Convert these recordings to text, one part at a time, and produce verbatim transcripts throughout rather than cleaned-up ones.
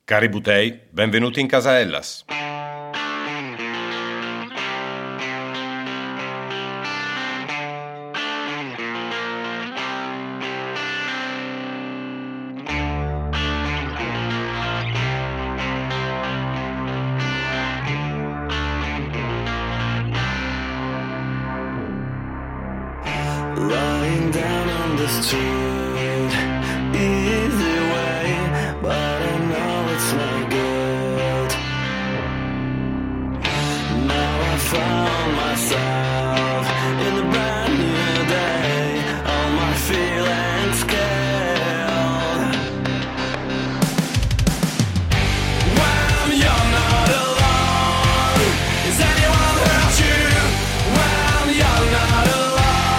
Cari Butei, benvenuti in casa Hellas. Lying down on the street, easy way, but I know it's not good. Now I found myself in a brand new day, all my feelings killed. When you're not alone, is anyone hurt you? When you're not alone,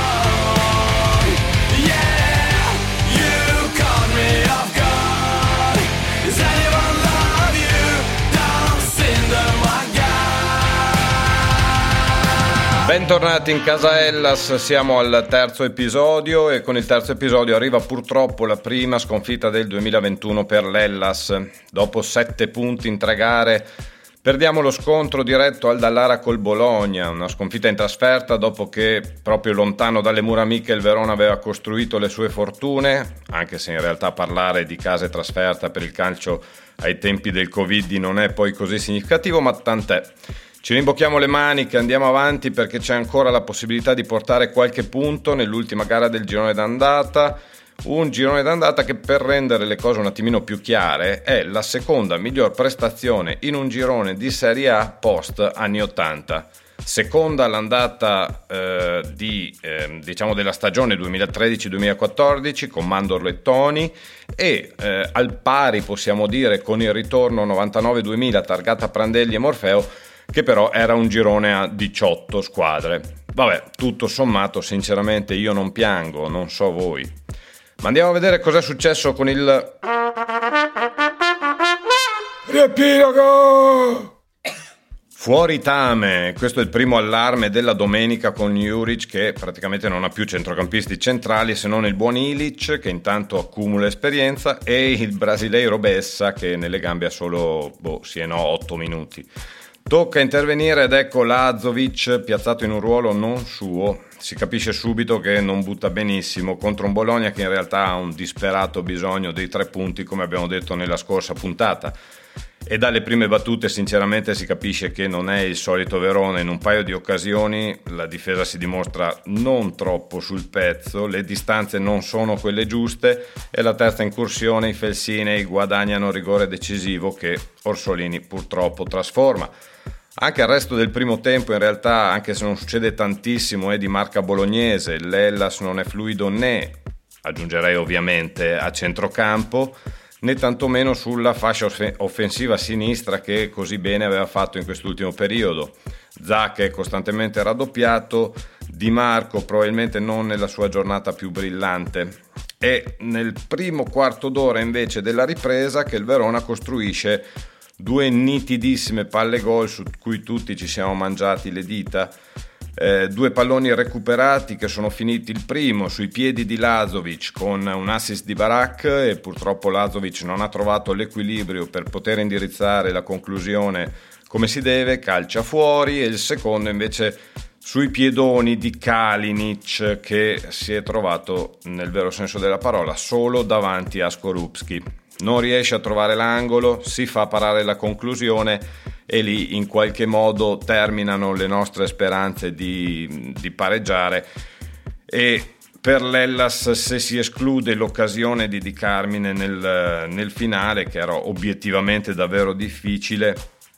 bentornati in casa Hellas, siamo al terzo episodio e con il terzo episodio arriva purtroppo la prima sconfitta del duemilaventuno per l'Hellas. Dopo sette punti in tre gare perdiamo lo scontro diretto al Dallara col Bologna, una sconfitta in trasferta dopo che proprio lontano dalle mura amiche il Verona aveva costruito le sue fortune, anche se in realtà parlare di casa e trasferta per il calcio ai tempi del Covid non è poi così significativo, ma tant'è. Ci rimbocchiamo le maniche, andiamo avanti perché c'è ancora la possibilità di portare qualche punto nell'ultima gara del girone d'andata, un girone d'andata che, per rendere le cose un attimino più chiare, è la seconda miglior prestazione in un girone di Serie A post anni ottanta. Seconda l'andata eh, di, eh, diciamo della stagione duemilatredici duemilaquattordici con Mandorlo e Toni e eh, al pari possiamo dire con il ritorno novantanove duemila targata Prandelli e Morfeo, che però era un girone a diciotto squadre. Vabbè, tutto sommato sinceramente io non piango, non so voi. Ma andiamo a vedere cos'è successo con il riepilogo! Fuori Tame, questo è il primo allarme della domenica con Juric, che praticamente non ha più centrocampisti centrali se non il buon Ilic, che intanto accumula esperienza, e il brasileiro Bessa, che nelle gambe ha solo, boh, sì e no, otto minuti. Tocca intervenire ed ecco Lazovic piazzato in un ruolo non suo. Si capisce subito che non butta benissimo contro un Bologna che in realtà ha un disperato bisogno dei tre punti, come abbiamo detto nella scorsa puntata. E dalle prime battute sinceramente si capisce che non è il solito Verona. In un paio di occasioni la difesa si dimostra non troppo sul pezzo, le distanze non sono quelle giuste e la terza incursione i Felsinei guadagnano rigore decisivo che Orsolini purtroppo trasforma. Anche il resto del primo tempo in realtà, anche se non succede tantissimo, è di marca bolognese. L'Hellas non è fluido né, aggiungerei ovviamente, a centrocampo, né tantomeno sulla fascia offensiva sinistra che così bene aveva fatto in quest'ultimo periodo. Zac è costantemente raddoppiato, Di Marco probabilmente non nella sua giornata più brillante. È nel primo quarto d'ora invece della ripresa che il Verona costruisce due nitidissime palle gol su cui tutti ci siamo mangiati le dita. Eh, due palloni recuperati che sono finiti, il primo sui piedi di Lazovic con un assist di Barak, e purtroppo Lazovic non ha trovato l'equilibrio per poter indirizzare la conclusione come si deve, calcia fuori, e il secondo invece sui piedoni di Kalinic, che si è trovato nel vero senso della parola solo davanti a Skorupski. Non riesce a trovare l'angolo, si fa parare la conclusione e lì in qualche modo terminano le nostre speranze di, di pareggiare. E per l'Hellas, se si esclude l'occasione di Di Carmine nel, nel finale, che era obiettivamente davvero difficile,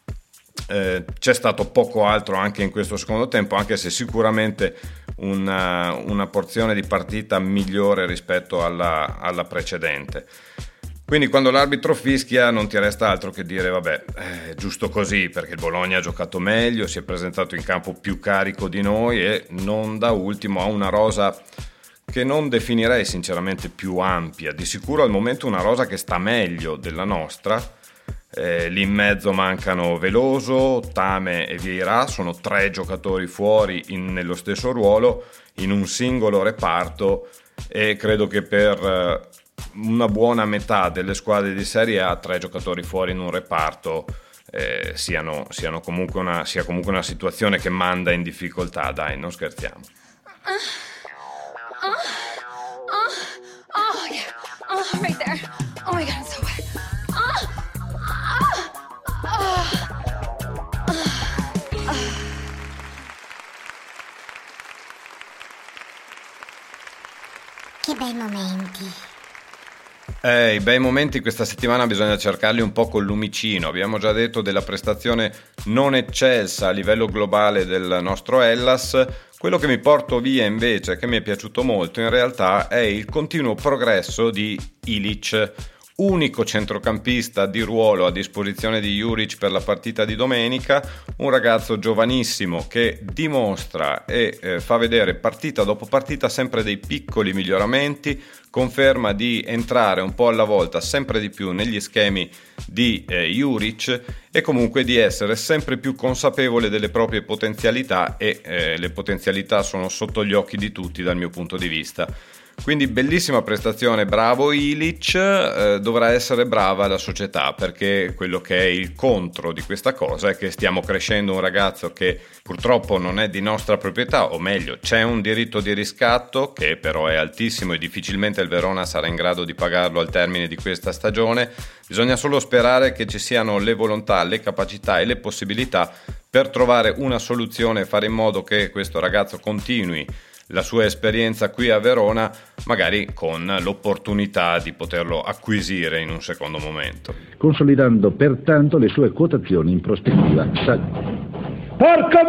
eh, c'è stato poco altro anche in questo secondo tempo, anche se sicuramente una, una porzione di partita migliore rispetto alla, alla precedente. Quindi quando l'arbitro fischia non ti resta altro che dire vabbè, è giusto così, perché il Bologna ha giocato meglio, si è presentato in campo più carico di noi e non da ultimo ha una rosa che non definirei sinceramente più ampia, di sicuro al momento una rosa che sta meglio della nostra. Eh, lì in mezzo mancano Veloso, Tame e Vieira, sono tre giocatori fuori in, nello stesso ruolo, in un singolo reparto, e credo che per una buona metà delle squadre di Serie A, tre giocatori fuori in un reparto, eh, siano, siano comunque una, sia comunque una situazione che manda in difficoltà, dai, non scherziamo. Uh, uh, uh, oh, yeah. Oh, right there. Oh my God, I'm so wet. Uh, uh, uh, uh, uh. Che bei momenti. Eh, i bei momenti questa settimana bisogna cercarli un po' col lumicino. Abbiamo già detto della prestazione non eccelsa a livello globale del nostro Hellas. Quello che mi porto via invece, che mi è piaciuto molto in realtà, è il continuo progresso di Ilić, unico centrocampista di ruolo a disposizione di Juric per la partita di domenica, un ragazzo giovanissimo che dimostra e eh, fa vedere partita dopo partita sempre dei piccoli miglioramenti, conferma di entrare un po' alla volta sempre di più negli schemi di eh, Juric e comunque di essere sempre più consapevole delle proprie potenzialità e eh, le potenzialità sono sotto gli occhi di tutti dal mio punto di vista. Quindi bellissima prestazione, bravo Ilić, eh, dovrà essere brava la società, perché quello che è il contro di questa cosa è che stiamo crescendo un ragazzo che purtroppo non è di nostra proprietà, o meglio c'è un diritto di riscatto che però è altissimo e difficilmente il Verona sarà in grado di pagarlo al termine di questa stagione. Bisogna solo sperare che ci siano le volontà, le capacità e le possibilità per trovare una soluzione e fare in modo che questo ragazzo continui la sua esperienza qui a Verona, magari con l'opportunità di poterlo acquisire in un secondo momento, consolidando pertanto le sue quotazioni in prospettiva. Sa- Porco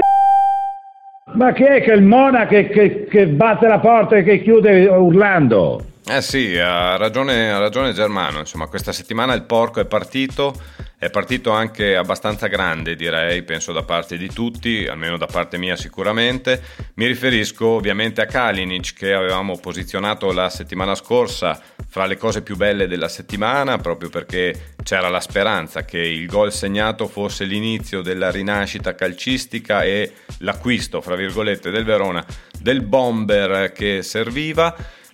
d***o! Ma chi è che il Mona che, che, che batte la porta e che chiude urlando? Eh sì, ha ragione, ha ragione Germano, insomma questa settimana il porco è partito, è partito anche abbastanza grande direi, penso da parte di tutti, almeno da parte mia sicuramente. Mi riferisco ovviamente a Kalinic che avevamo posizionato la settimana scorsa fra le cose più belle della settimana, proprio perché c'era la speranza che il gol segnato fosse l'inizio della rinascita calcistica e l'acquisto, fra virgolette, del Verona, del bomber che serviva.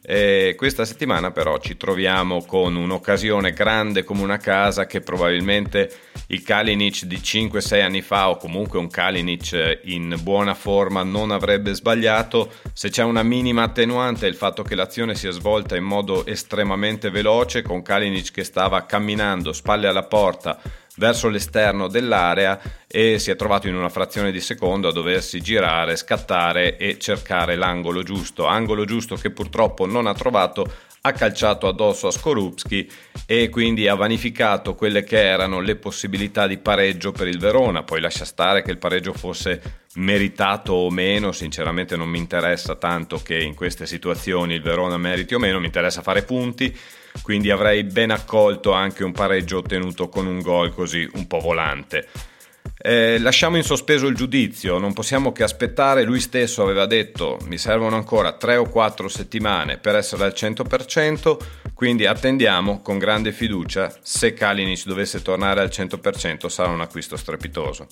E questa settimana però ci troviamo con un'occasione grande come una casa che probabilmente il Kalinic di cinque sei anni fa, o comunque un Kalinic in buona forma, non avrebbe sbagliato. Se c'è una minima attenuante è il fatto che l'azione si è svolta in modo estremamente veloce, con Kalinic che stava camminando spalle alla porta verso l'esterno dell'area e si è trovato in una frazione di secondo a doversi girare, scattare e cercare l'angolo giusto, angolo giusto che purtroppo non ha trovato, ha calciato addosso a Skorupski e quindi ha vanificato quelle che erano le possibilità di pareggio per il Verona. Poi lascia stare che il pareggio fosse meritato o meno, sinceramente non mi interessa tanto che in queste situazioni il Verona meriti o meno, mi interessa fare punti. Quindi avrei ben accolto anche un pareggio ottenuto con un gol così un po' volante. Eh, lasciamo in sospeso il giudizio, non possiamo che aspettare. Lui stesso aveva detto mi servono ancora tre o quattro settimane per essere al cento per cento, quindi attendiamo con grande fiducia. Se Kalinic dovesse tornare al cento per cento sarà un acquisto strepitoso.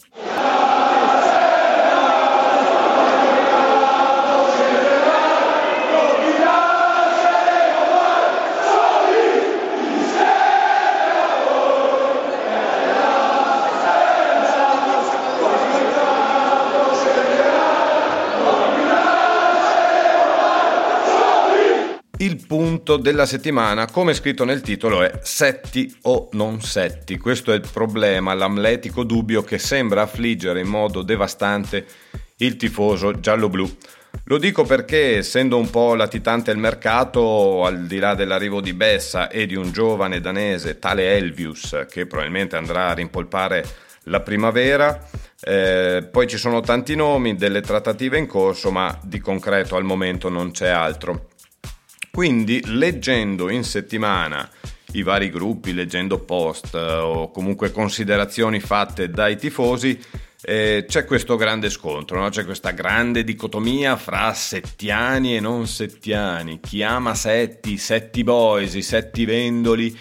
Il punto della settimana, come scritto nel titolo, è setti o non setti. Questo è il problema, l'amletico dubbio che sembra affliggere in modo devastante il tifoso giallo-blu. Lo dico perché, essendo un po' latitante il mercato, al di là dell'arrivo di Bessa e di un giovane danese, tale Elvius, che probabilmente andrà a rimpolpare la primavera, eh, poi ci sono tanti nomi, delle trattative in corso, ma di concreto al momento non c'è altro. Quindi, leggendo in settimana i vari gruppi, leggendo post eh, o comunque considerazioni fatte dai tifosi, eh, c'è questo grande scontro, no? C'è questa grande dicotomia fra settiani e non settiani, chi ama Setti, Setti boys, i Setti vendoli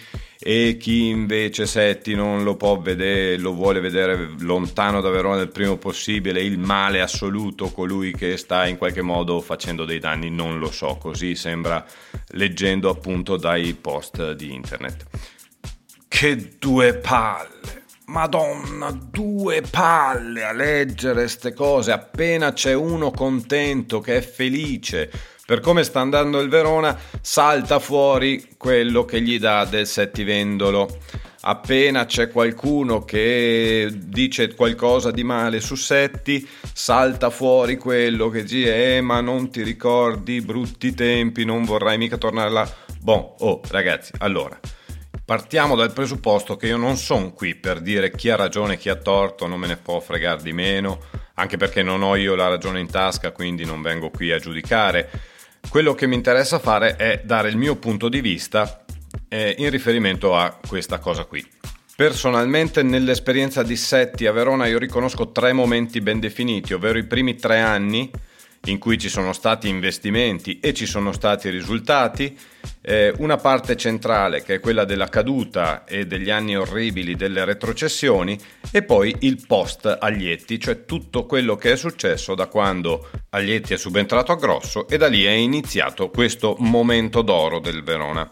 e chi invece Setti non lo può vedere, lo vuole vedere lontano da Verona il primo possibile, il male assoluto, colui che sta in qualche modo facendo dei danni, non lo so, così sembra leggendo appunto dai post di internet. Che due palle! Madonna, due palle a leggere ste cose, appena c'è uno contento che è felice per come sta andando il Verona, salta fuori quello che gli dà del settivendolo. Appena c'è qualcuno che dice qualcosa di male su Setti, salta fuori quello che dice eh ma non ti ricordi brutti tempi, non vorrai mica tornare là. Bon, oh ragazzi, allora partiamo dal presupposto che io non sono qui per dire chi ha ragione e chi ha torto, non me ne può fregare di meno, anche perché non ho io la ragione in tasca, quindi non vengo qui a giudicare. Quello che mi interessa fare è dare il mio punto di vista eh, in riferimento a questa cosa qui. Personalmente nell'esperienza di Setti a Verona io riconosco tre momenti ben definiti, ovvero i primi tre anni in cui ci sono stati investimenti e ci sono stati risultati, eh, una parte centrale che è quella della caduta e degli anni orribili delle retrocessioni, e poi il post Aglietti, cioè tutto quello che è successo da quando Aglietti è subentrato a Grosso, e da lì è iniziato questo momento d'oro del Verona.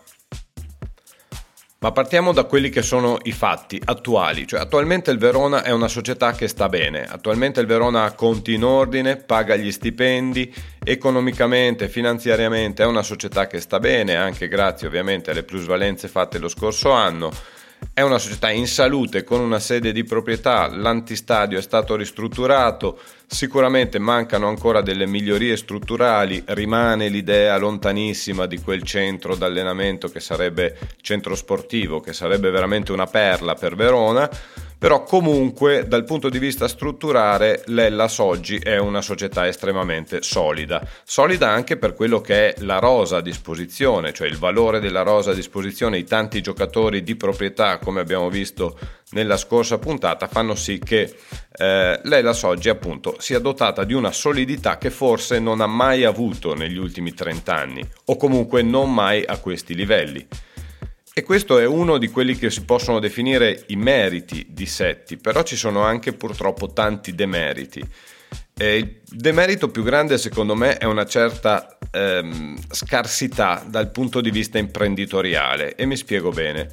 Ma partiamo da quelli che sono i fatti attuali, cioè attualmente il Verona è una società che sta bene, attualmente il Verona ha conti in ordine, paga gli stipendi, economicamente, finanziariamente è una società che sta bene, anche grazie ovviamente alle plusvalenze fatte lo scorso anno. È una società in salute con una sede di proprietà, l'antistadio è stato ristrutturato, sicuramente mancano ancora delle migliorie strutturali, rimane l'idea lontanissima di quel centro d'allenamento che sarebbe centro sportivo, che sarebbe veramente una perla per Verona, però comunque dal punto di vista strutturale l'Hellas oggi è una società estremamente solida, solida anche per quello che è la rosa a disposizione, cioè il valore della rosa a disposizione, i tanti giocatori di proprietà come abbiamo visto nella scorsa puntata fanno sì che eh, l'Hellas oggi appunto sia dotata di una solidità che forse non ha mai avuto negli ultimi trent'anni o comunque non mai a questi livelli. E questo è uno di quelli che si possono definire i meriti di Setti, però ci sono anche purtroppo tanti demeriti. E il demerito più grande secondo me è una certa ehm, scarsità dal punto di vista imprenditoriale, e mi spiego bene.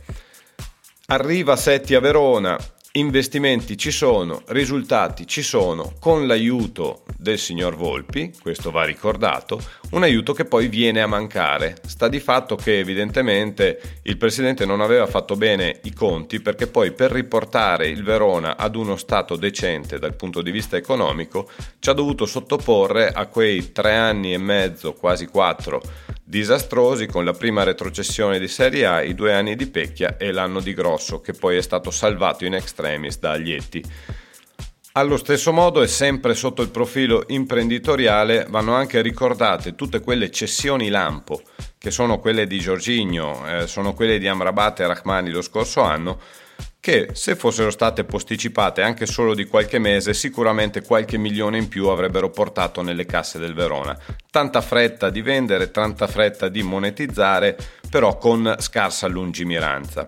Arriva Setti a Verona, investimenti ci sono, risultati ci sono, con l'aiuto del signor Volpi, questo va ricordato, un aiuto che poi viene a mancare. Sta di fatto che evidentemente il presidente non aveva fatto bene i conti, perché poi per riportare il Verona ad uno stato decente dal punto di vista economico ci ha dovuto sottoporre a quei tre anni e mezzo, quasi quattro, disastrosi, con la prima retrocessione di Serie A, i due anni di Pecchia e l'anno di Grosso, che poi è stato salvato in extremis da Aglietti. Allo stesso modo, e sempre sotto il profilo imprenditoriale, vanno anche ricordate tutte quelle cessioni lampo, che sono quelle di Jorginho, eh, sono quelle di Amrabat e Rahmani lo scorso anno, che se fossero state posticipate anche solo di qualche mese, sicuramente qualche milione in più avrebbero portato nelle casse del Verona. Tanta fretta di vendere, tanta fretta di monetizzare, però con scarsa lungimiranza.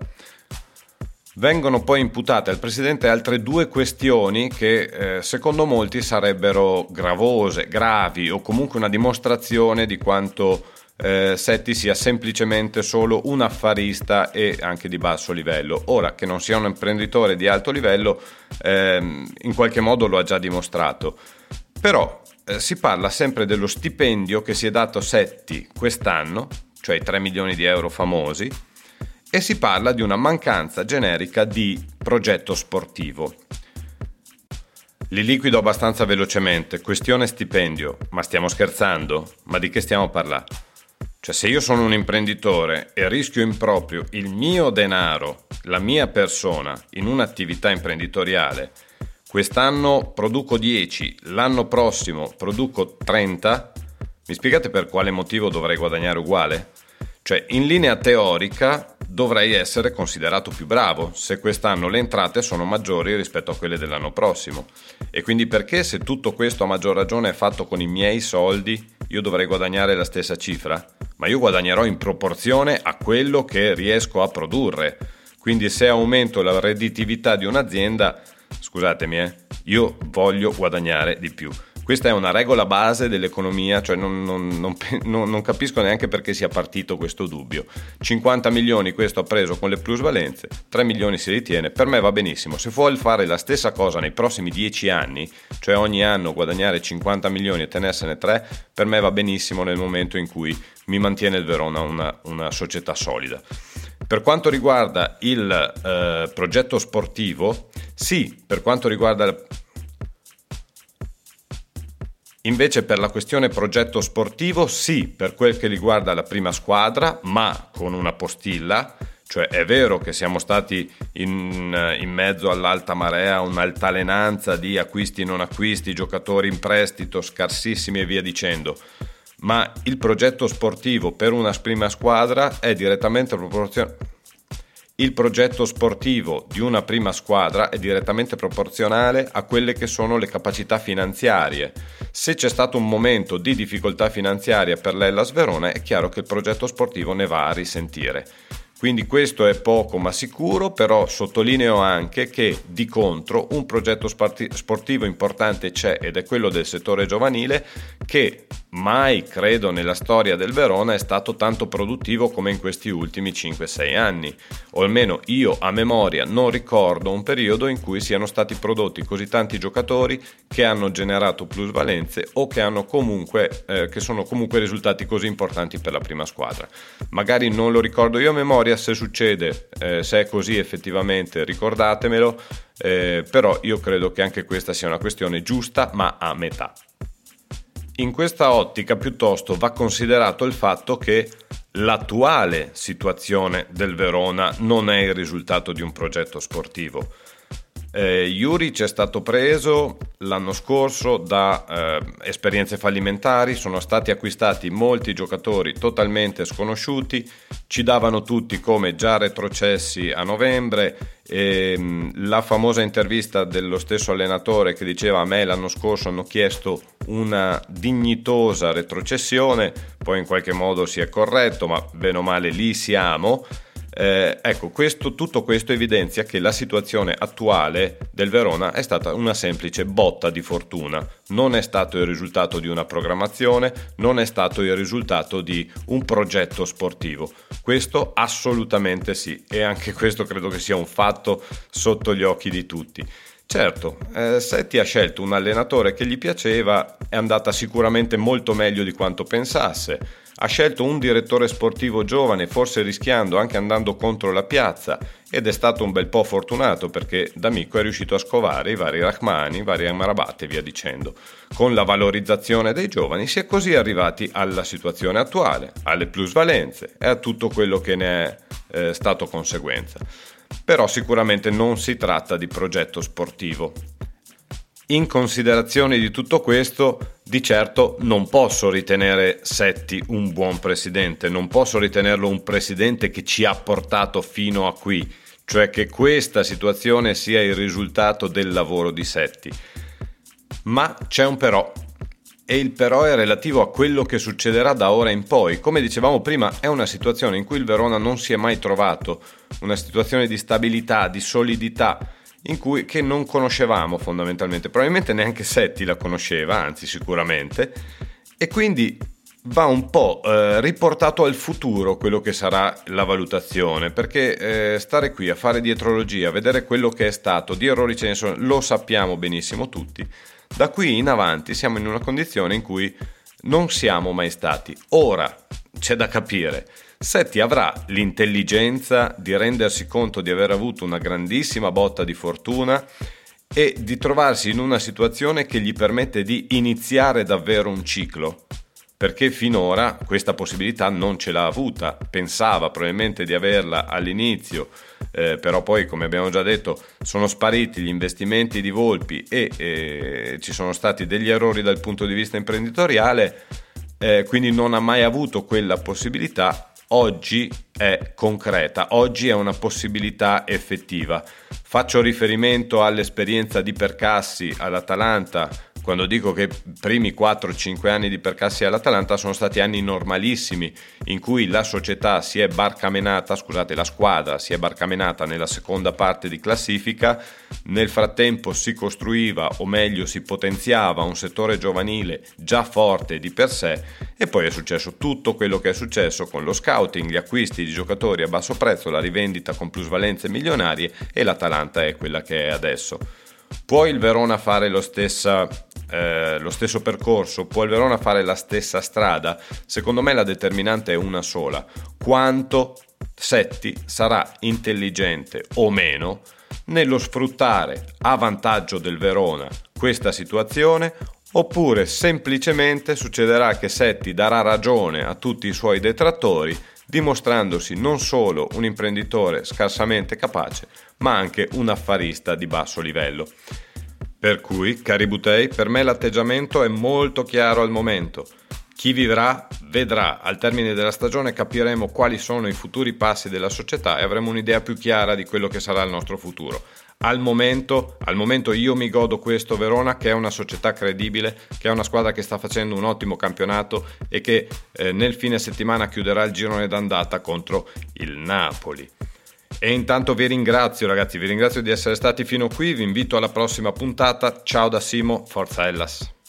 Vengono poi imputate al presidente altre due questioni che eh, secondo molti sarebbero gravose, gravi, o comunque una dimostrazione di quanto eh, Setti sia semplicemente solo un affarista e anche di basso livello. Ora, che non sia un imprenditore di alto livello, ehm, in qualche modo lo ha già dimostrato. Però eh, si parla sempre dello stipendio che si è dato Setti quest'anno, cioè i tre milioni di euro famosi, e si parla di una mancanza generica di progetto sportivo. Li liquido abbastanza velocemente. Questione stipendio. Ma stiamo scherzando? Ma di che stiamo parlando? Cioè, se io sono un imprenditore e rischio in proprio il mio denaro, la mia persona, in un'attività imprenditoriale, quest'anno produco dieci, l'anno prossimo produco trenta, mi spiegate per quale motivo dovrei guadagnare uguale? Cioè, in linea teorica dovrei essere considerato più bravo se quest'anno le entrate sono maggiori rispetto a quelle dell'anno prossimo. E quindi perché, se tutto questo a maggior ragione è fatto con i miei soldi, io dovrei guadagnare la stessa cifra? Ma io guadagnerò in proporzione a quello che riesco a produrre. Quindi se aumento la redditività di un'azienda, scusatemi, eh, io voglio guadagnare di più. Questa è una regola base dell'economia, cioè non, non, non, non, non capisco neanche perché sia partito questo dubbio. cinquanta milioni questo ha preso con le plusvalenze, tre milioni si ritiene, per me va benissimo. Se vuol fare la stessa cosa nei prossimi dieci anni, cioè ogni anno guadagnare cinquanta milioni e tenersene tre, per me va benissimo nel momento in cui mi mantiene il Verona una, una società solida. Per quanto riguarda il eh, progetto sportivo, sì, per quanto riguarda... Il... Invece per la questione progetto sportivo, sì, per quel che riguarda la prima squadra, ma con una postilla, cioè è vero che siamo stati in, in mezzo all'alta marea, un'altalenanza di acquisti e non acquisti, giocatori in prestito, scarsissimi e via dicendo, ma il progetto sportivo per una prima squadra è direttamente proporzionale. Il progetto sportivo di una prima squadra è direttamente proporzionale a quelle che sono le capacità finanziarie. Se c'è stato un momento di difficoltà finanziaria per l'Hellas Verona, è chiaro che il progetto sportivo ne va a risentire. Quindi questo è poco ma sicuro, però sottolineo anche che di contro un progetto sportivo importante c'è ed è quello del settore giovanile, che mai credo nella storia del Verona è stato tanto produttivo come in questi ultimi cinque sei anni, o almeno io a memoria non ricordo un periodo in cui siano stati prodotti così tanti giocatori che hanno generato plusvalenze o che hanno comunque eh, che sono comunque risultati così importanti per la prima squadra. Magari non lo ricordo io a memoria, se succede, eh, se è così effettivamente ricordatemelo, eh, però io credo che anche questa sia una questione giusta ma a metà. In questa ottica piuttosto va considerato il fatto che l'attuale situazione del Verona non è il risultato di un progetto sportivo. Eh, Juric è stato preso l'anno scorso da eh, esperienze fallimentari, sono stati acquistati molti giocatori totalmente sconosciuti, ci davano tutti come già retrocessi a novembre, e, la famosa intervista dello stesso allenatore che diceva: a me l'anno scorso hanno chiesto una dignitosa retrocessione, poi in qualche modo si è corretto, ma bene o male lì siamo. Eh, ecco, questo, tutto questo evidenzia che la situazione attuale del Verona è stata una semplice botta di fortuna, non è stato il risultato di una programmazione, non è stato il risultato di un progetto sportivo. Questo assolutamente sì, e anche questo credo che sia un fatto sotto gli occhi di tutti. Certo, eh, Setti ha scelto un allenatore che gli piaceva, è andata sicuramente molto meglio di quanto pensasse. Ha scelto un direttore sportivo giovane, forse rischiando, anche andando contro la piazza, ed è stato un bel po' fortunato perché D'Amico è riuscito a scovare i vari Rahmani, i vari Amrabat e via dicendo. Con la valorizzazione dei giovani si è così arrivati alla situazione attuale, alle plusvalenze e a tutto quello che ne è eh, stato conseguenza. Però sicuramente non si tratta di progetto sportivo. In considerazione di tutto questo, di certo non posso ritenere Setti un buon presidente, non posso ritenerlo un presidente che ci ha portato fino a qui, cioè che questa situazione sia il risultato del lavoro di Setti. Ma c'è un però, e il però è relativo a quello che succederà da ora in poi. Come dicevamo prima, è una situazione in cui il Verona non si è mai trovato, una situazione di stabilità, di solidità, in cui che non conoscevamo fondamentalmente, probabilmente neanche Setti la conosceva, anzi sicuramente, e quindi va un po' eh, riportato al futuro quello che sarà la valutazione, perché eh, stare qui a fare dietrologia, a vedere quello che è stato, di errori ce ne sono, lo sappiamo benissimo tutti. Da qui in avanti siamo in una condizione in cui non siamo mai stati. Ora c'è da capire, Setti avrà l'intelligenza di rendersi conto di aver avuto una grandissima botta di fortuna e di trovarsi in una situazione che gli permette di iniziare davvero un ciclo, perché finora questa possibilità non ce l'ha avuta. Pensava probabilmente di averla all'inizio, eh, però poi, come abbiamo già detto, sono spariti gli investimenti di Volpi e eh, ci sono stati degli errori dal punto di vista imprenditoriale, eh, quindi non ha mai avuto quella possibilità. Oggi è concreta, oggi è una possibilità effettiva. Faccio riferimento all'esperienza di Percassi all'Atalanta quando dico che i primi quattro cinque anni di Percassi all'Atalanta sono stati anni normalissimi, in cui la società si è barcamenata, scusate, la squadra si è barcamenata nella seconda parte di classifica, nel frattempo si costruiva, o meglio si potenziava un settore giovanile già forte di per sé, e poi è successo tutto quello che è successo con lo scouting, gli acquisti di giocatori a basso prezzo, la rivendita con plusvalenze milionarie, e l'Atalanta è quella che è adesso. Può il Verona fare lo, stessa, eh, lo stesso percorso? Può il Verona fare la stessa strada? Secondo me la determinante è una sola: quanto Setti sarà intelligente o meno nello sfruttare a vantaggio del Verona questa situazione, oppure semplicemente succederà che Setti darà ragione a tutti i suoi detrattori, dimostrandosi non solo un imprenditore scarsamente capace, ma anche un affarista di basso livello. Per cui, cari Butei, per me l'atteggiamento è molto chiaro al momento. Chi vivrà vedrà. Al termine della stagione capiremo quali sono i futuri passi della società e avremo un'idea più chiara di quello che sarà il nostro futuro. Al momento, al momento io mi godo questo Verona, che è una società credibile, che è una squadra che sta facendo un ottimo campionato e che eh, nel fine settimana chiuderà il girone d'andata contro il Napoli. E intanto vi ringrazio ragazzi, vi ringrazio di essere stati fino qui, vi invito alla prossima puntata. Ciao da Simo, Forza Hellas!